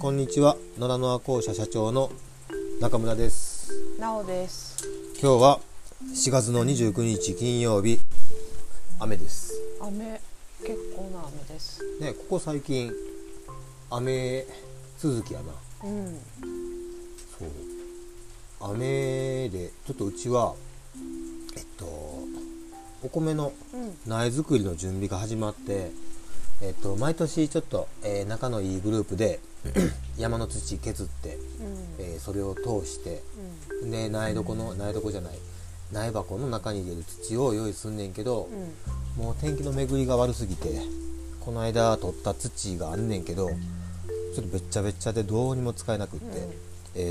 こんにちは。野良ノア校舎社長の中村です。 なおです。 今日は4月の29日金曜日、雨です。 雨、結構な雨です。 ね、ここ最近雨続きやな。そう。雨でちょっとうちはお米の苗作りの準備が始まって、毎年ちょっと、仲のいいグループで山の土削って、それを通して、で苗床じゃない苗箱の中に入れる土を用意すんねんけど、もう天気の巡りが悪すぎて、この間取った土があんねんけどちょっとべっちゃべっちゃでどうにも使えなくって、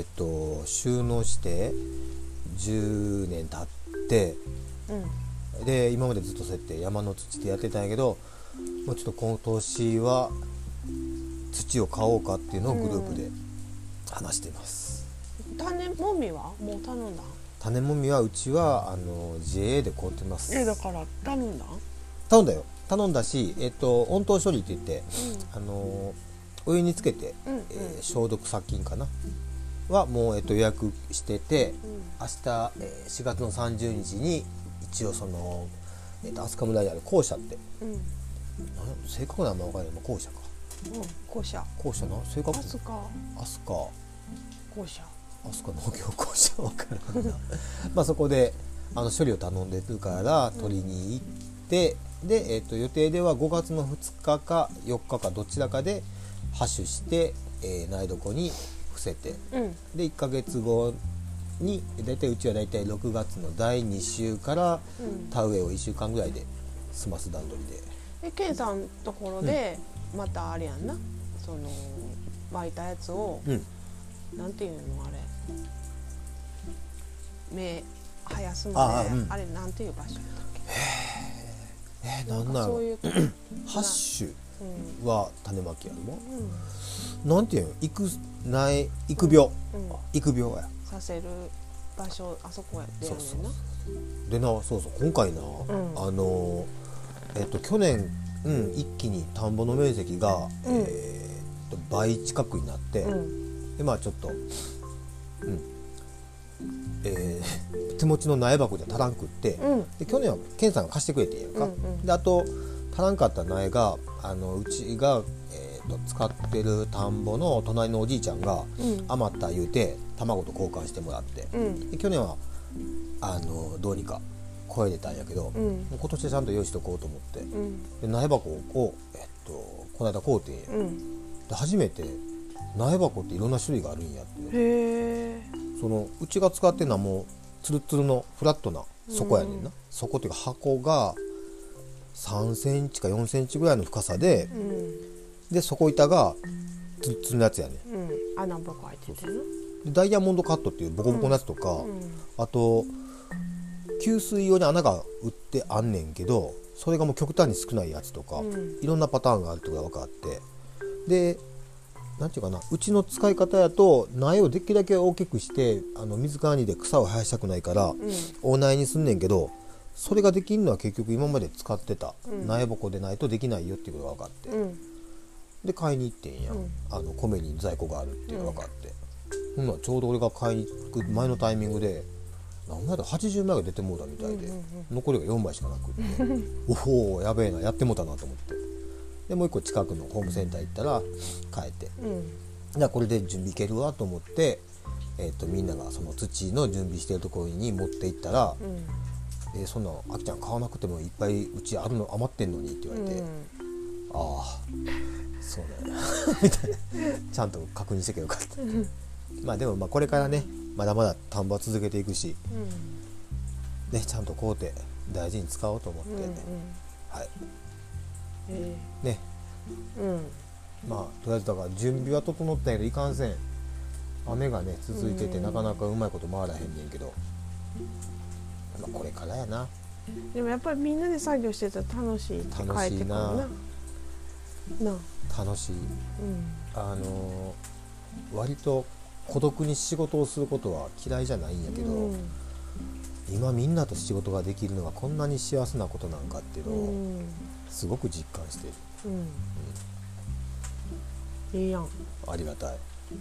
収納して10年経って、で今までずっとそうやって山の土でやってたんやけど、もうちょっと今年は土を買おうかっていうのをグループで話しています。 種もみはもう頼んだ？ 種もみはうちはJA で買ってます。 だから頼んだ？ 頼んだよ。頼んだし、温湯処理って言って、お湯につけて、消毒殺菌かなはもう、予約してて、明日、4月の30日に一応その、飛鳥村にある校舎って、正確な名前分からないの校舎か。 校舎な正確。 飛鳥校舎。 飛鳥農業校舎分からんな。まあそこで処理を頼んでるから取りに行って、で、予定では5月の2日か4日かどちらかでハッシュして、苗床に伏せて、で1ヶ月後に大体うちは大体6月の第2週から田植えを1週間ぐらいで済ます段取りで。 ケンさんのところでまたあれやんな、その巻いたやつを、なんていうのあれ、芽生やすまであれなんていう場所だっけ？ なんだろう。ハッシュは種まきやろ。なんていうの、育苗や。 させる場所、あそこやってやるねんな。 でな、そう今回な、去年、一気に田んぼの面積が、倍近くになって、でまあちょっと、手持ちの苗箱じゃ足らんくって、で去年はケンさんが貸してくれてんやんか、であと足らんかった苗がうちが、使ってる田んぼの隣のおじいちゃんが余った言うて卵と交換してもらって、で去年はどうにか超えれたんやけど、今年はちゃんと用意しとこうと思って、で苗箱をこの間買うてんや、で初めて苗箱っていろんな種類があるんやって、そのうちが使ってるのはもうツルツルのフラットな底やねんな、底っていうか箱が3センチか4センチぐらいの深さで、で底板がツルツルのやつやねん、 穴ぼこ開いててな。 でダイヤモンドカットっていうボコボコのやつとか、あと給水用に穴が売ってあんねんけど、それがもう極端に少ないやつとか、いろんなパターンがあるってことが分かって、でなんていうかな、うちの使い方やと苗をできるだけ大きくして水管にで草を生やしたくないから大苗にすんねんけど、それができるのは結局今まで使ってた苗ぼこでないとできないよっていうことが分かって、で買いに行ってんや、米に在庫があるっていうのが分かって、ほんならちょうど俺が買いに行く前のタイミングで何枚だ80枚が出てもうたみたいで、残りが4枚しかなくっておおやべえな、やってもうたなと思って、でもう一個近くのホームセンター行ったら買えて、じゃあこれで準備いけるわと思って、みんながその土の準備してるところに持って行ったら、そんなあきちゃん買わなくてもいっぱいうちあるの余ってんのにって言われて、ああそうだよなみたいな、ちゃんと確認してけばよかった。まあでもこれからねまだまだ田んぼは続けていくし、ね、ちゃんと買うて大事に使おうと思って、はいね、まあとりあえずだから準備は整ったんやけどいかんせん雨がね続いててなかなかうまいこと回らへんねんけど、これからやな。 でもやっぱりみんなで作業してたら楽しいって帰ってくるな。 楽しい、割と孤独に仕事をすることは嫌いじゃないんやけど、今みんなと仕事ができるのがこんなに幸せなことなんかっていうのをすごく実感している。 いいやん。 ありがたい。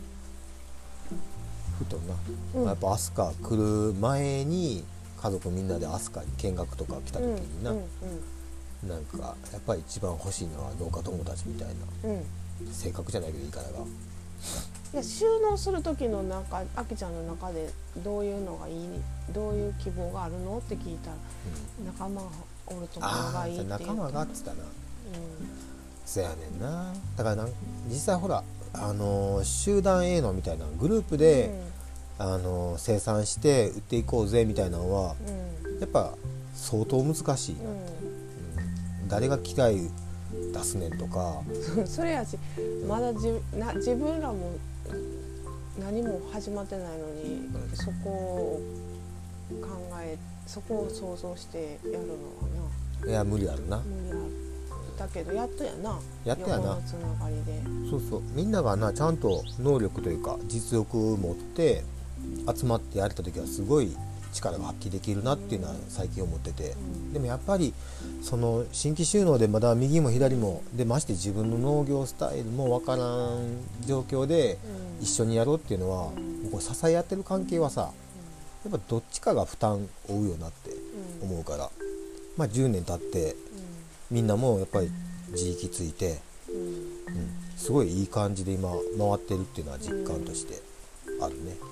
ふとな、やっぱ飛鳥来る前に家族みんなで飛鳥に見学とか来た時にな、なんかやっぱり一番欲しいのは農家友達みたいな、性格じゃないけど言い方が。 いや、収納する時の中、あきちゃんの中でどういうのがいい、どういう希望があるのって聞いたら、仲間がおるところがいいって言うと。 仲間がっつったな。そやねんな。だから実際ほら集団営農みたいなグループで、生産して売っていこうぜみたいなのは、やっぱ相当難しいなって、誰が機械出すねんとかそれやし、まだ自分らも何も始まってないのに、そこをそこを想像してやるのはな。 いや無理あるな。 無理ある。だけどやっとやな。 横のつながりで。 そうみんながなちゃんと能力というか実力を持って集まってやれた時はすごい力が発揮できるなっていうのは最近思ってて、でもやっぱりその新規収納でまだ右も左もで、まして自分の農業スタイルもわからん状況で一緒にやろうっていうのは、これ支え合ってる関係はさ、やっぱどっちかが負担を負うよなって思うから、まあ10年経ってみんなもやっぱり自力ついて、すごいいい感じで今回ってるっていうのは実感としてあるね。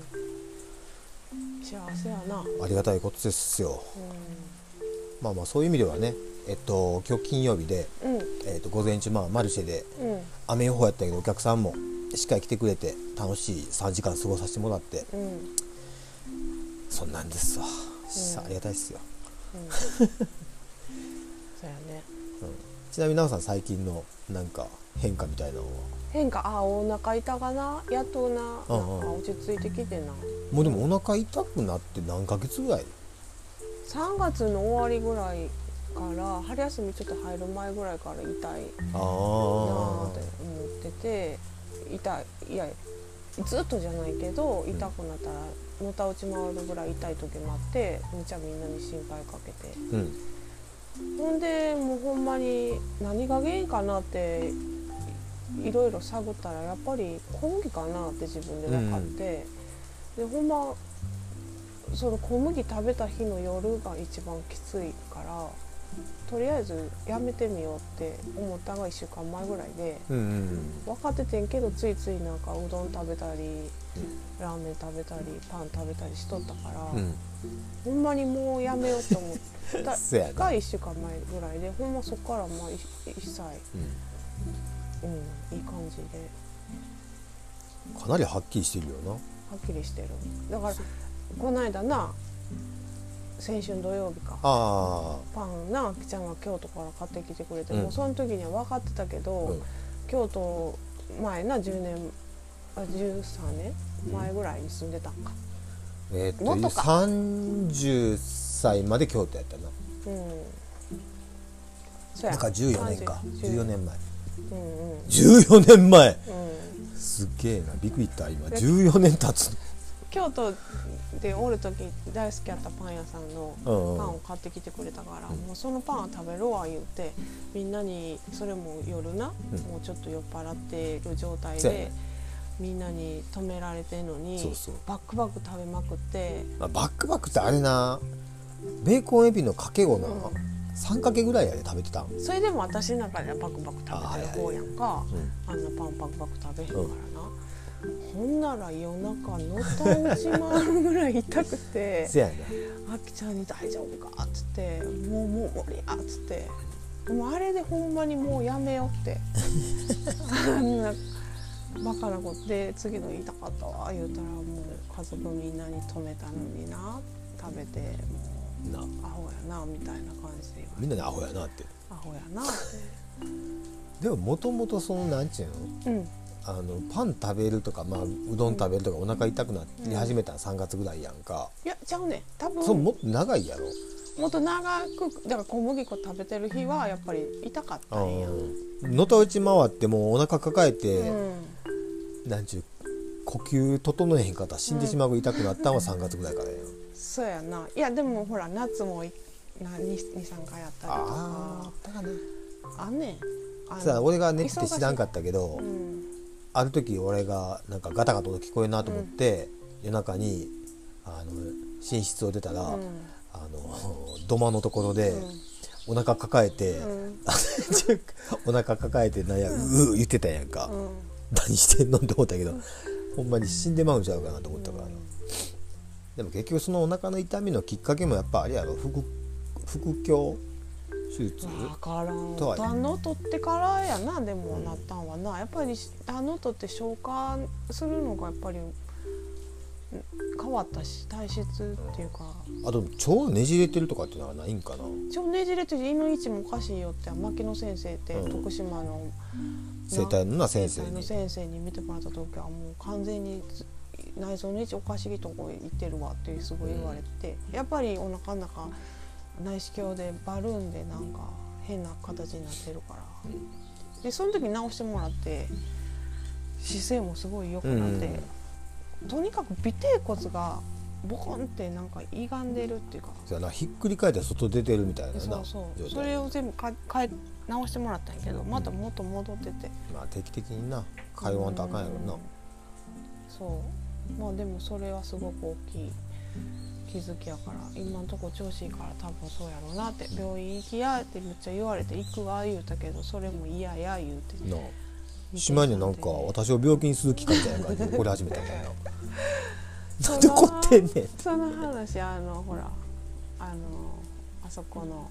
幸せやな。 ありがたいことですよ。まあそういう意味ではね、今日金曜日で、午前中マルシェで雨予報やったけどお客さんもしっかり来てくれて楽しい3時間過ごさせてもらって、そんなんですわ。ありがたいっすよ。 そうやね。 ちなみに奈緒さん最近のなんか変化みたいなのは？ 変化、お腹痛がな、やっとな、なんか落ち着いてきてな。 もうでもお腹痛くなって何ヶ月ぐらい ？3月の終わりぐらいから春休みちょっと入る前ぐらいから痛いなって思ってて、いやずっとじゃないけど痛くなったらのたうち回るぐらい痛い時もあって、めっちゃみんなに心配かけて、ほんでもうほんまに何が原因かなっていろいろ探ったら、やっぱり小麦かなって自分で分かって、でほんまその小麦食べた日の夜が一番きついから、とりあえずやめてみようって思ったのが1週間前ぐらいで、分かっててんけどついついなんかうどん食べたり、ラーメン食べたりパン食べたりしとったから、ほんまにもうやめようと思ったが1週間前ぐらいで、ほんまそこからまあ一切、いい感じで。 かなりはっきりしてるよな。 はっきりしてる。だからこの間な、先週土曜日か、パンな、あきちゃんが京都から買ってきてくれて、もうその時には分かってたけど、京都前な13年前ぐらいに住んでたんか。もっとか。 30歳まで京都やったな。 そうや。 なんか14年か。14年前。14年前。すっげえな、びっくりした今。14年経つの。 京都でおる時大好きやったパン屋さんのパンを買ってきてくれたから、もうそのパンは食べろわ言うて、みんなにそれも夜な、もうちょっと酔っ払ってる状態でみんなに止められてんのに、バックバック食べまくって。 バックバックってあれな、ベーコンエビのかけごな、3かけぐらいやで食べてたん。 それでも私の中ではバクバク食べてる方やんか。あんなパンバクバク食べへんからな。ほんなら夜中のたうち回るぐらい痛くてあきちゃんに「大丈夫か?」っつって「もう無理や」っつって、もうあれでほんまにもうやめよってあんなバカなことで、次の痛かったわ言うたら、もう家族みんなに止めたのにな、食べてもうアホやなみたいな感じで、 みんなにアホやなって、 アホやなって。 でももともとそのなんちゅうの、パン食べるとか、うどん食べるとかお腹痛くなり始めたの3月ぐらいやんか。 いやちゃうね、多分そうもっと長いやろ。 もっと長く、だから小麦粉食べてる日はやっぱり痛かったんや。 のたうち回ってもうお腹抱えて、なんちゅう呼吸整えへんかったら死んでしまう痛くなったのは3月ぐらいからやん。 そうやな。いやでもほら夏も2、3回やったりとかあんねん。 さあ俺が寝てて知らんかったけど、 ある時俺がなんかガタガタと聞こえるなと思って、夜中に寝室を出たら、土間のところでお腹抱えて、お腹抱えてなんや言ってたやんか、何してんのって思ったけど、ほんまに死んでまうんちゃうかなと思ったから、でも結局そのお腹の痛みのきっかけもやっぱあれやろ、腹腔手術分からん。胆の取ってからやな。でもなったんはな、やっぱり胆の取って消化するのがやっぱり変わったし、体質っていうか、 あと腸ねじれてるとかっていうのはないんかな。 腸ねじれて胃の位置もおかしいよって牧野先生って、徳島の生体の先生に見てもらった時はもう完全に内臓の位置おかしいとこ行ってるわってすごい言われて、やっぱりお腹の中内視鏡でバルーンでなんか変な形になってるから、でその時直してもらって姿勢もすごい良くなって、とにかく尾てい骨がボコンってなんか歪んでるっていうか、 そうやな、ひっくり返って外出てるみたいなな。 そうそれを全部直してもらったんやけど、また元戻ってて、 まあ定期的にな通わんとあかんやろな。 そうまあでもそれはすごく大きい気づきやから、今のとこ調子いいから多分そうやろうなって、病院行きやってめっちゃ言われて行くわ言うたけど、それも嫌や言うてな、島になんか私を病気にする機会みたいな感じで怒り始めたんだよな。なんで怒ってんねん。 その話ほらあそこの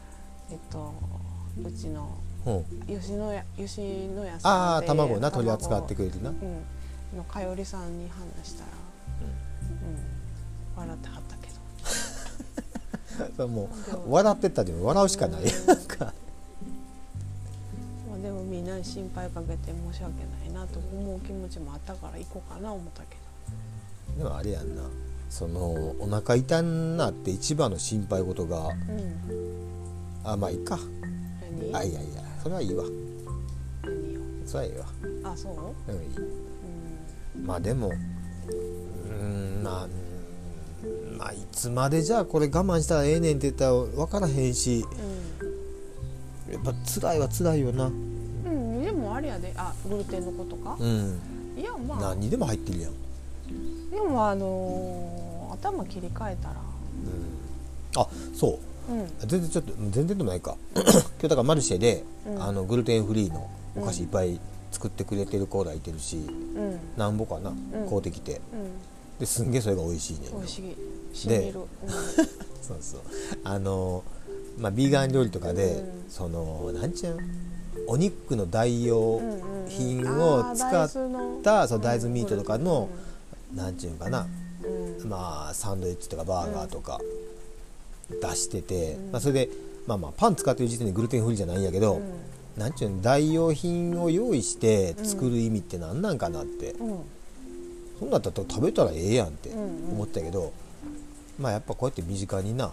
うちの吉野家さんで卵な取り扱ってくれるな、 のかよりさんに話したら、笑ってはったけどもう笑ってったでも笑うしかないなんかでもみんなに心配かけて申し訳ないなと思う気持ちもあったから行こうかな思ったけど、でもあれやんな、そのお腹痛んなって一番の心配事が、まあいいか、いやそれはいいわ、それはいいわ、 そう、 いい、まあでもまあいつまでじゃあこれ我慢したらええねんって言ったら分からへんし、やっぱ辛いは辛いよな。 でもあれやで、グルテンのことか、いやまあ何にでも入ってるやん。 でも頭切り替えたら、 そう、全然でもないか今日だからマルシェで、グルテンフリーのお菓子いっぱい作ってくれてる子らいてるし、なんぼかな、買うてきて、ですんげえそれが美味しいね。 美味しい、しみる。 そうそう、まあビーガン料理とかで、そのなんちゅうお肉の代用品を使ったその大豆ミートとかの、なんちゅうかな、まあサンドイッチとかバーガーとか出してて、それでまあパン使ってる時点でグルテンフリーじゃないんやけど、なんちゅう代用品を用意して作る意味って何なんかなって、そんなったら食べたらええやんって思ったけど、まあやっぱこうやって身近にな、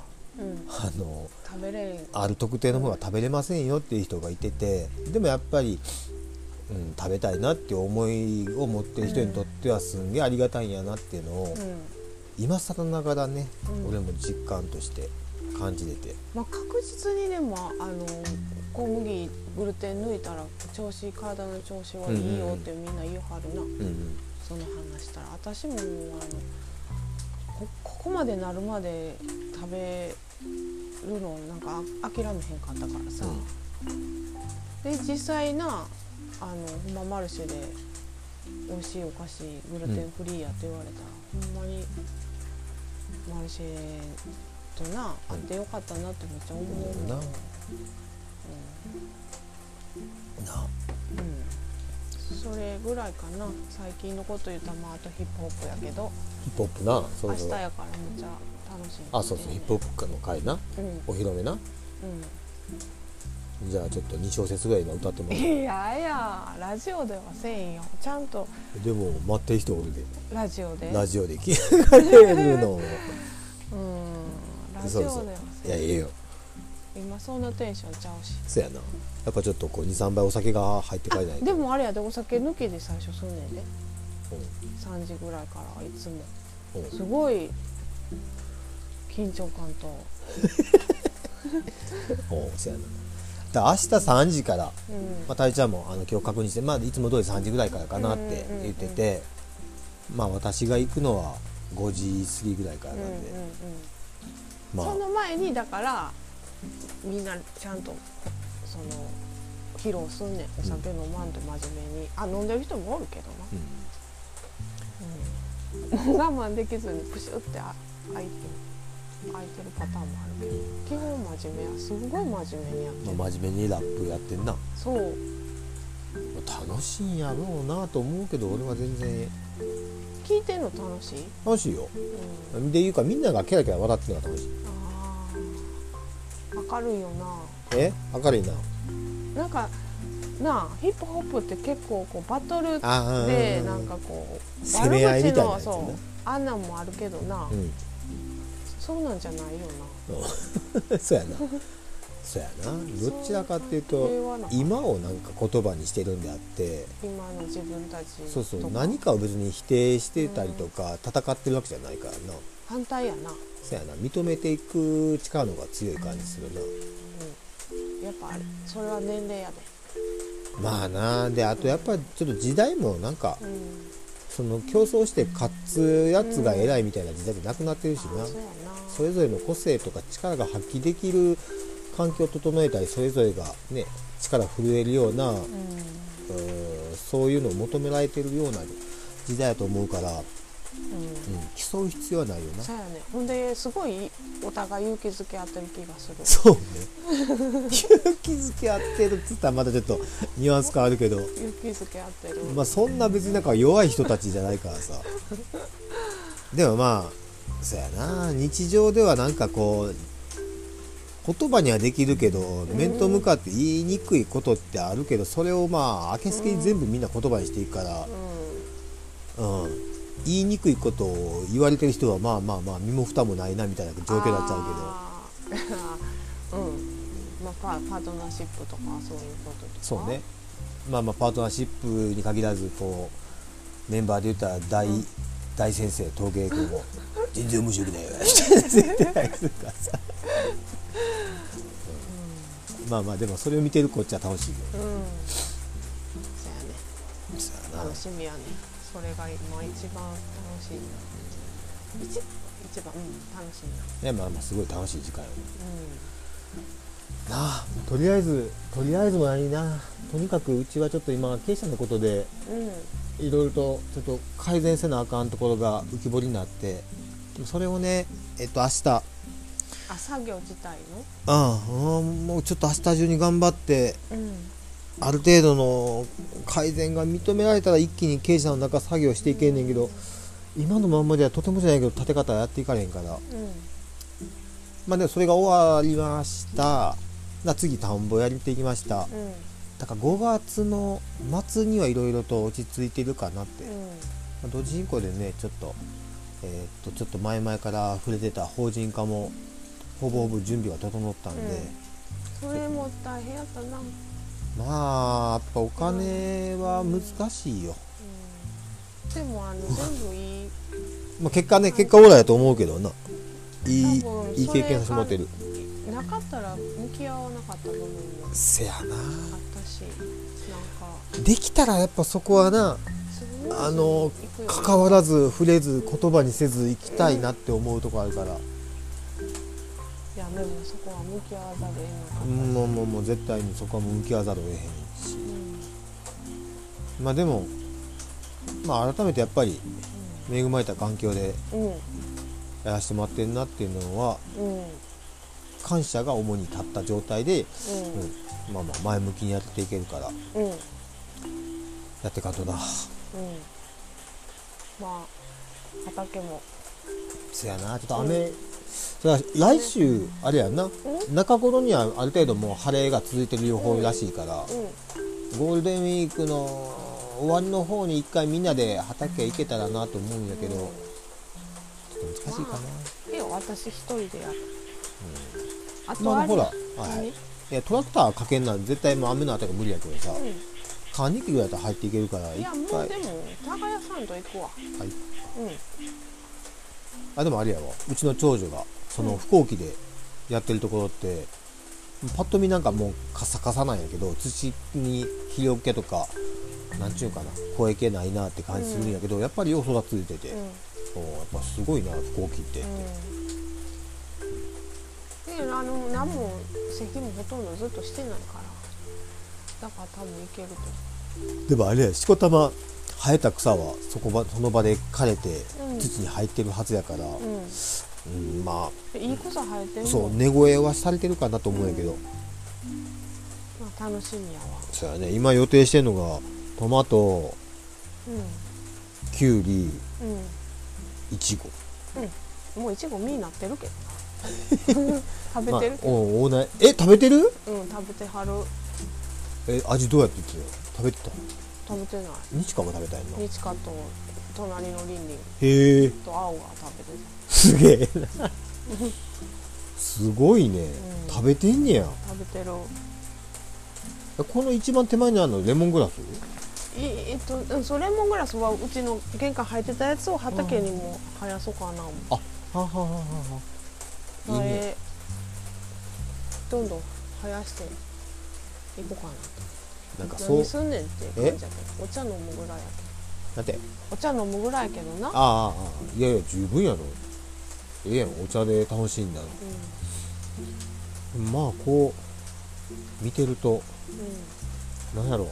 ある特定のものは食べれませんよっていう人がいてて、でもやっぱり、食べたいなっていう思いを持ってる人にとってはすんげえありがたいんやなっていうのを、今更ながらね、俺も実感として感じてて、 まあ、確実にでも小麦グルテン抜いたら体の調子はいいよってみんな言いはるな、その話したら。私もここまでなるまで食べるのなんか諦めへんかったからさ、で実際なほんまマルシェで美味しいお菓子グルテンフリーやって言われたら、ほんまにマルシェとなあってよかったなってめっちゃ思うな。それぐらいかな。最近のこと言ったら、あとヒップホップやけど、 ヒップホップな、 明日やからめっちゃ楽しみ。 そうヒップホップの回な、お披露目な、じゃあちょっと2小節ぐらい今歌ってもらう。 いやラジオではせんよ、ちゃんと。 でも待ってる人おるで、 ラジオで聞かれるのラジオではせん。 いや、ええよ、 今そんなテンションちゃうし。 そうやな、やっぱちょっとこう 2,3 倍お酒が入ってからじゃないと。 でもあれやで、お酒抜きで最初すんねんで、3時ぐらいからいつもすごい緊張感とそうやな。 だ明日3時から、 うんまあ、タイちゃんも今日確認して、まあ、いつも通り3時ぐらいからかなって言ってて、まあ私が行くのは5時過ぎぐらいからなんで、まあその前にだからみんなちゃんとその披露すんねん。お酒飲まんと真面目に、飲んでる人もおるけどな、もう我慢できずにプシュって開いてるパターンもあるけど、基本真面目や。すごい真面目にやってる、 まあ、真面目にラップやってんな。 そう楽しいんやろうなと思うけど、俺は全然聞いてんの楽しい、 楽しいよ。 うんでいうかみんながキャラキャラ笑ってるのが楽しい。 明るいよな。 明るいな。 なんかなあ、ヒップホップって結構こうバトルあでなんかこう攻め合いみたいなやつな。 そうあんなんもあるけどな、そうなんじゃないよそうやな。そうやな。どちらかっていうと今をなんか言葉にしてるんであって、 今の自分たちそうそう、何かを別に否定してたりとか、戦ってるわけじゃないからな。 反対やな。 そうやな。認めていく力の方が強い感じするな。 やっぱそれは年齢やで。 まあな。であとやっぱりちょっと時代もなんか、その競争して勝つやつが偉いみたいな時代ってなくなってるしな、それぞれの個性とか力が発揮できる環境を整えたり、それぞれがね力震えるような、そういうのを求められてるような時代だと思うから、競う必要はないよな。 そうやね。ほんですごいお互い勇気づけ合ってる気がする。 そうね。勇気づけ合ってるっつったらまたちょっとニュアンス変わるけど、 勇気づけ合ってる。 まあそんな別になんか弱い人たちじゃないからさ。でもまあそうやな、日常ではなんかこう言葉にはできるけど、面と向かって言いにくいことってあるけど、それをまああけすけに全部みんな言葉にしていくから、言いにくいことを言われてる人はまあまあまあ身も蓋もないなみたいな状況になっちゃうけど、 まあ、パートナーシップとかそういうこととか。 そうね。まあまあパートナーシップに限らず、こうメンバーで言ったら大先生陶芸君も全然面白くないよ絶対ないするからさ。まあまあでもそれを見てるこっちは楽しいよ。 そうやね。 そうやな。 楽しみやね。それが今一番楽しいな。一番楽しいな。 まあまあすごい楽しい時間よね。なあ、とりあえずもないな。とにかくうちはちょっと今経営者のことでいろいろとちょっと改善せなあかんところが浮き彫りになって、それをね明日作業自体のもうちょっと明日中に頑張って、ある程度の改善が認められたら一気に経営者の中作業していけんねんけど、今のまんまではとてもじゃないけど立て方やっていかれへんから、まあでもそれが終わりました。次田んぼやりていきました。だから5月の末にはいろいろと落ち着いてるかなって、同時進行でねちょっと前々から触れてた法人化もほぼ準備が整ったんで、 それも大変やったな。 まあやっぱお金は難しいよ。 でも全部いい、 まあ結果オーラやと思うけどな。いい経験させてもらってる。 なかったら向き合わなかった部分もせやな。 あったし、なんかできたらやっぱそこはな、関わらず触れず言葉にせず行きたいなって思うとこあるから、 いやでもそこは向き合わざるを得なかった。 もう絶対にそこは向き合わざるを得へんし、まあでもまあ改めてやっぱり恵まれた環境でやらせてもらってるなっていうのは、感謝が主に立った状態で、まあまあ前向きにやっていけるから、やってかんとな。 まあ畑もそやな、ちょっと雨、来週あれやんな、中頃にはある程度もう晴れが続いてる予報らしいから、ゴールデンウィークの終わりの方に一回みんなで畑行けたらなと思うんやけど、ちょっと難しいかな。 いや私一人でやる。あとほら、いやトラクターかけんなん絶対もう雨のあたりが無理やけどさ、カニキぐらいだったら入っていけるから、 いやもうでも耕さんと行くわ。 でもあれやわ、うちの長女がその飛行機でやってるところって、 パッと見なんかもうカサカサなんやけど、土に肥料系とかなんちゅうかな、声系ないなって感じするんやけど、やっぱりよう育ついてて、やっぱすごいな飛行機ってって、 で何も咳もほとんどずっとしてないからだから多分いけると。 でもあれや、しこたま生えた草はその場で枯れて土に入ってるはずやから、まあいい草生えてるの。 そう、根越えはされてるかなと思うんやけど、 まあ、楽しみやわ。 そうやね、今予定してるのがトマト、きゅうり、いちご。 もういちご実になってるけどな食べてるけど、 オーナー食べてる？ 食べてはる。 味どうやって言ってた？食べてた？ 食べてない。 日華も食べたいの？ 日華と隣のリンリンへえと青が食べてた。 すげえすごいね、食べてんねや。 食べてる。 この一番手前にあるのレモングラス？ そうレモングラスはうちの玄関入ってたやつを畑にも生やそうかな。 あ、はははは。いいね。 どんどん生やしていこうかな。 なんかそう。 何すんねんって感じやけど、お茶飲むぐらいやけど。 なんて？ お茶飲むぐらいやけどな。 いやいや十分やろ。やん、お茶で楽しいんだろ。まあこう見てると、なんやろ。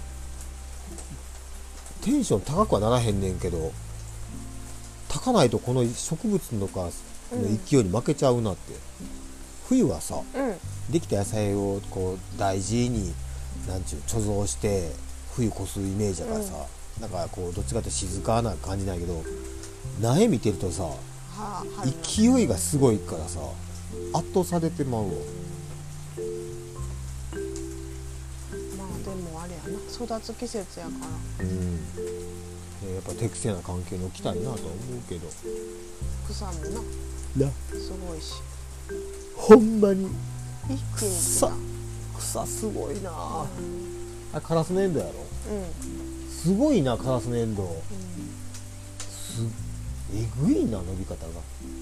テンション高くはならへんねんけど、高ないとこの植物とかの勢いに負けちゃうなって。冬はさ、できた野菜をこう大事になんちゅう貯蔵して冬越すイメージだからさ、なんかこうどっちかって静かな感じないけど、苗見てるとさ、勢いがすごいからさ、圧倒されてまうわ。 まあでもあれやな、育つ季節やから、 やっぱ適正な環境に置きたいなとは思うけど、 草もなすごいし、 ほんまに一気に草すごいなあ。カラスのエンドウやろ。すごいな、カラスのエンドウ。えぐいな、伸び方が。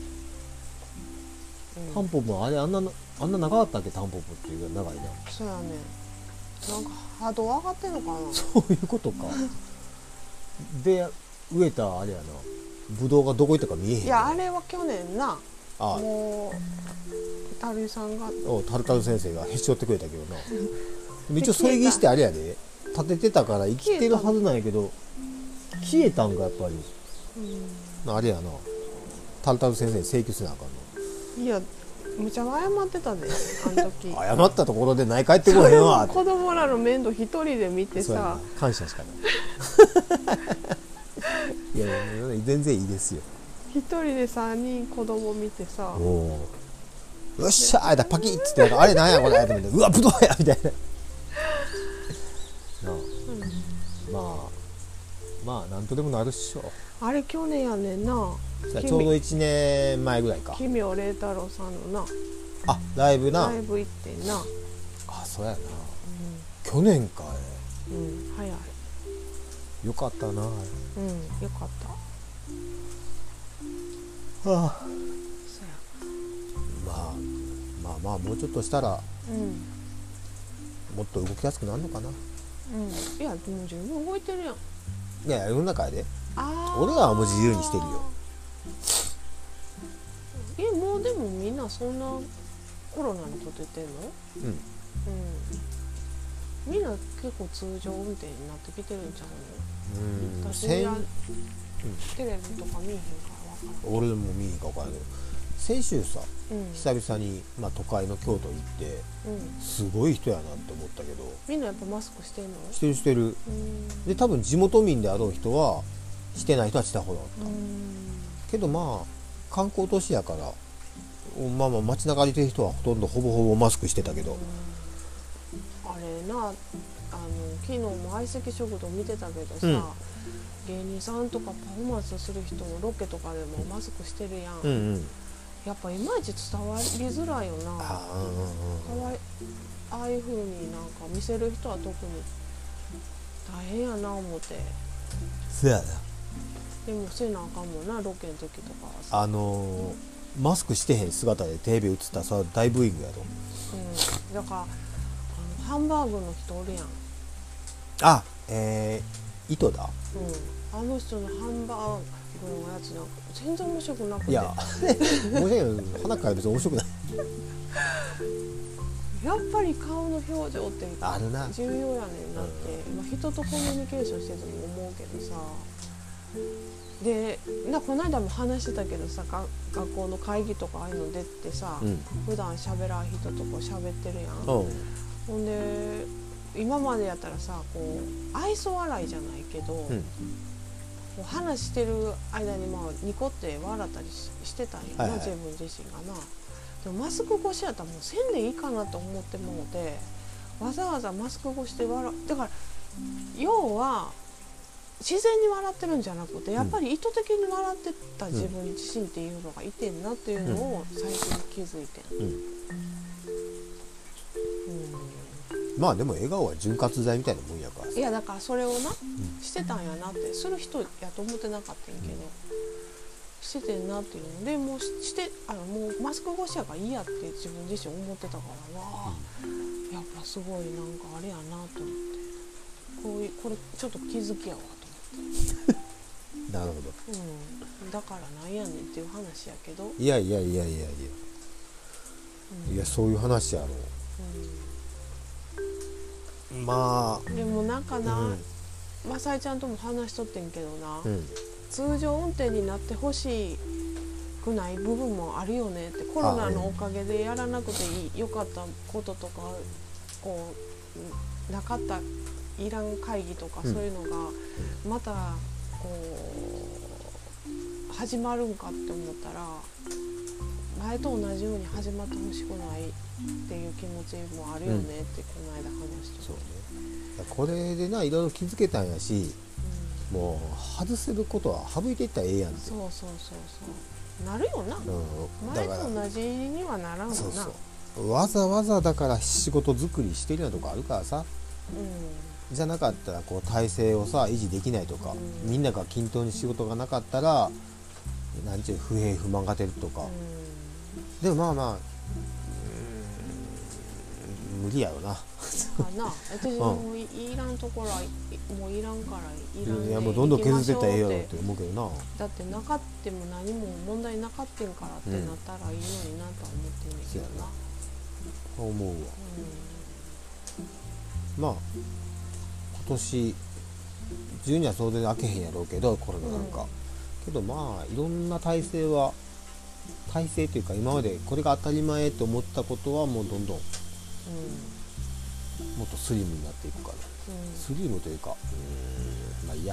タンポポあれあんな長かったっけ？タンポポっていう長いな。 そうやね。なんか波動上がってんのかな。 そういうことか。で植えたあれやな、ブドウがどこ行ったか見えへん、ね。 いやあれは去年な、もうタルイさんがタルタル先生がへし折ってくれたけどな一応添え木してあれやで立ててたから生きてるはずなんやけど、消えたんかやっぱり、あれやな、タルタル先生に請求せなあかんの。 いやむちゃ謝ってたで、あの時謝ったところでない帰ってこへんわ子供らの面倒一人で見てさ、 感謝しかないいや全然いいですよ。 一人で3人子供見てさ、 よっしゃーパキッつって、あれなんやこれと思って、うわブドウやみたいなまあなんとでもなるっしょ。 あれ去年やねんな。 ちょうど1年前ぐらいか。 奇妙麗太郎さんのな、 ライブな。 ライブ行ってんな。 そうやな、去年か。 早い。 よかったな。 よかった。 そうや。まあもうちょっとしたら、もっと動きやすくなるのかな。 いやでも十分動いてるやん。 いや世の中やで。俺らはもう自由にしてるよ。 もうでもみんなそんなコロナのこと言ってんの？みんな結構通常運転になってきてるんちゃうの？私はテレビとか見えへんから分からん。 俺も見えへんか分からんけど、先週さ、久々に、都会の京都行って、すごい人やなって思ったけど、 みんなやっぱマスクしてんの？ してる。で多分地元民であろう人はしてない人はした方だった。けど観光都市やから街中にいてる人はほぼほぼマスクしてたけど、 あれな、昨日も相席食堂見てたけどさ、芸人さんとかパフォーマンスする人のロケとかでもマスクしてるやん。やっぱいまいち伝わりづらいよな。ああいう風になんか見せる人は特に大変やな思って。 そうやな。 でもせなあかんもんな、ロケの時とかはさ。 マスクしてへん姿でテレビ映ったらそれは大ブーイングやろ。 だからハンバーグの人おるやん。 あ、糸だ。 あの人のハンバーグのやつなんか全然面白くなくて。 いや面白いけど鼻から別に面白くない。 やっぱり顔の表情ってあるな重要やねんなって、人とコミュニケーションしてても思うけどさ。でこの間も話してたけどさ、学校の会議とかああいうの出てさ、普段喋らん人とこう喋ってるやん。ほんで今までやったらさ、こう愛想笑いじゃないけど、こう話してる間にニコって笑ったりしてたんやな、自分自身がな。でもマスク越しやったらもうせんでいいかなと思ってもうて、わざわざマスク越して笑う。だから要は自然に笑ってるんじゃなくて、やっぱり意図的に笑ってた自分自身っていうのがいてんなっていうのを最近気づいてん。 まあでも笑顔は潤滑剤みたいなもんやから。 いやだからそれをな、してたんやなって、する人やと思ってなかったんやけど、しててんなっていうので、もうもうマスク越しやからいいやって自分自身思ってたから、やっぱすごいなんかあれやなと思って、これちょっと気づきやわと思って。 なるほど。 だからなんやねんっていう話やけど。 いやそういう話やろ。まあでもなんかな、まさえちゃんとも話しとってんけどな、通常運転になってほしくない部分もあるよねって。コロナのおかげでやらなくてよかったこととか、こうなかったいらん会議とか、そういうのがまたこう始まるんかって思ったら、前と同じように始まってほしくないっていう気持ちもあるよねってこの間話して。 そうね。これでないろいろ気づけたんやし、もう外せることは省いていったらええやんって。 そうなるよな。前と同じにはならんもんな。 わざわざだから仕事作りしてるようなとこあるからさ。じゃなかったらこう体制をさ維持できないとか、みんなが均等に仕事がなかったらなんちゅう不平不満が出るとか。でも無理やろな。 私もいらんところはもういらんからいらんで、 いやもうどんどん削ってったらええやろって思うけどな。 だってなかっても何も問題なかってんからってなったらいいのになとは思ってんねんけどな。 思うわ。まあ今年中には当然開けへんやろうけど、コロナなんか、けどまあいろんな体制というか、今までこれが当たり前と思ったことはもうどんどん、もっとスリムになっていくから、スリムというかまあいいや、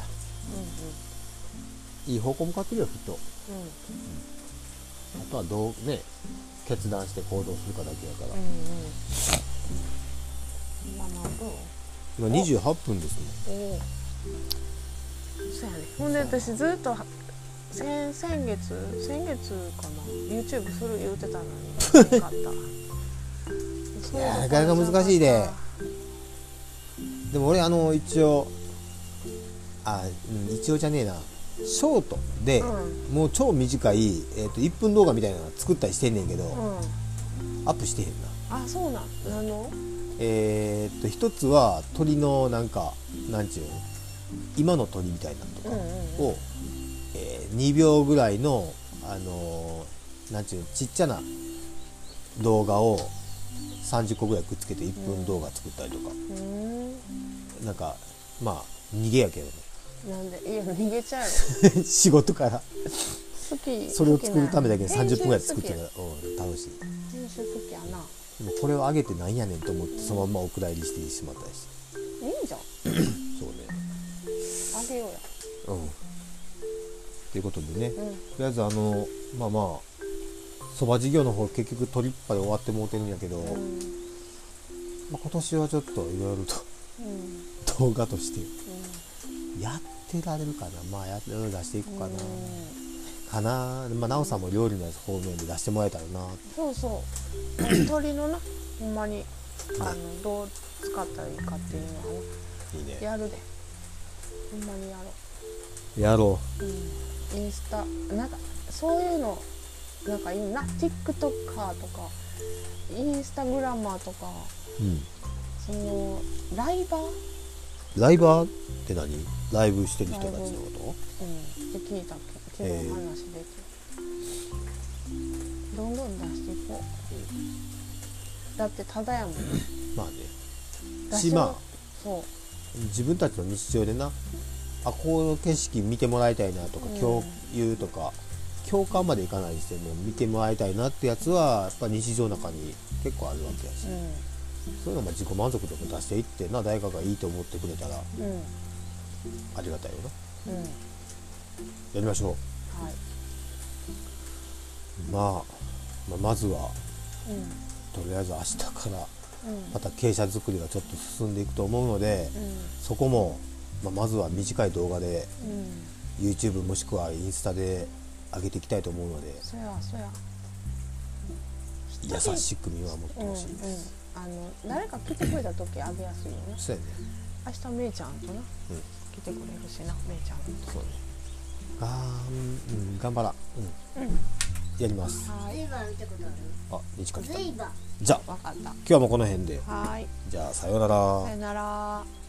いい方向向かってるよきっと、あとはどうね決断して行動するかだけやから、今28分ですね。 そうやね。ほんで私ずっと先月かな YouTube する言うてたのになかった。 いやなかなか難しいで。でも俺一応じゃねえな、ショートで、もう超短い、1分動画みたいなの作ったりしてんねんけど、アップしてへんな。 あ、そうなん。 一つは鳥のなんちゅう今の鳥みたいなのとかを、2秒ぐらいのなんちゅうちっちゃな動画を30個ぐらいくっつけて1分動画作ったりとか、なんかまあ逃げやけどね。 なんで？いや逃げちゃうよ。 仕事から好き。 それを作るためだけに30分ぐらい作ってるから、楽しい。 編集好きやな。 でもこれを上げてなんやねんと思ってそのままお蔵入りしてしまったりして。 いいんじゃん。 そうね。 あげようや。 ということでね、とりあえずまあそば事業の方結局取りっぱで終わってもうてるんやけど、今年はちょっといろいろと、動画としてやってられるかな。まあいろいろ出していこうかな。まあなおさんも料理の方面で出してもらえたらな。 そう鶏のな、ほんまにどう使ったらいいかっていうのはいいね。 やるで。ほんまにやろう。 インスタなんかそういうのなんかいいな TikToker とかインスタグラマーとか、そのライバーって何？ライブしてる人たちのこと？ って聞いたけど、昨日話でどんどん出していこう、だってただやもんまあね。 そう自分たちの日常でな、この景色見てもらいたいなとか、共有とか共感までいかないにしても見てもらいたいなってやつはやっぱ日常の中に結構あるわけやし、そういうのも自己満足度も出していってな、誰かがいいと思ってくれたら、ありがたいよな、やりましょう。まずは、とりあえず明日からまた傾斜作りがちょっと進んでいくと思うので、そこも、まずは短い動画で、YouTube もしくはインスタで上げていきたいと思うので、 そうや優しく見守ってほしいです。 誰か来てくれた時あげやすいよね。 そうやね。 明日めいちゃんとな、来てくれるしな、めいちゃんと。 そうね。頑張ら。やります。日課来た。じゃあ今日はもうこの辺で。じゃあさようなら。 さよなら。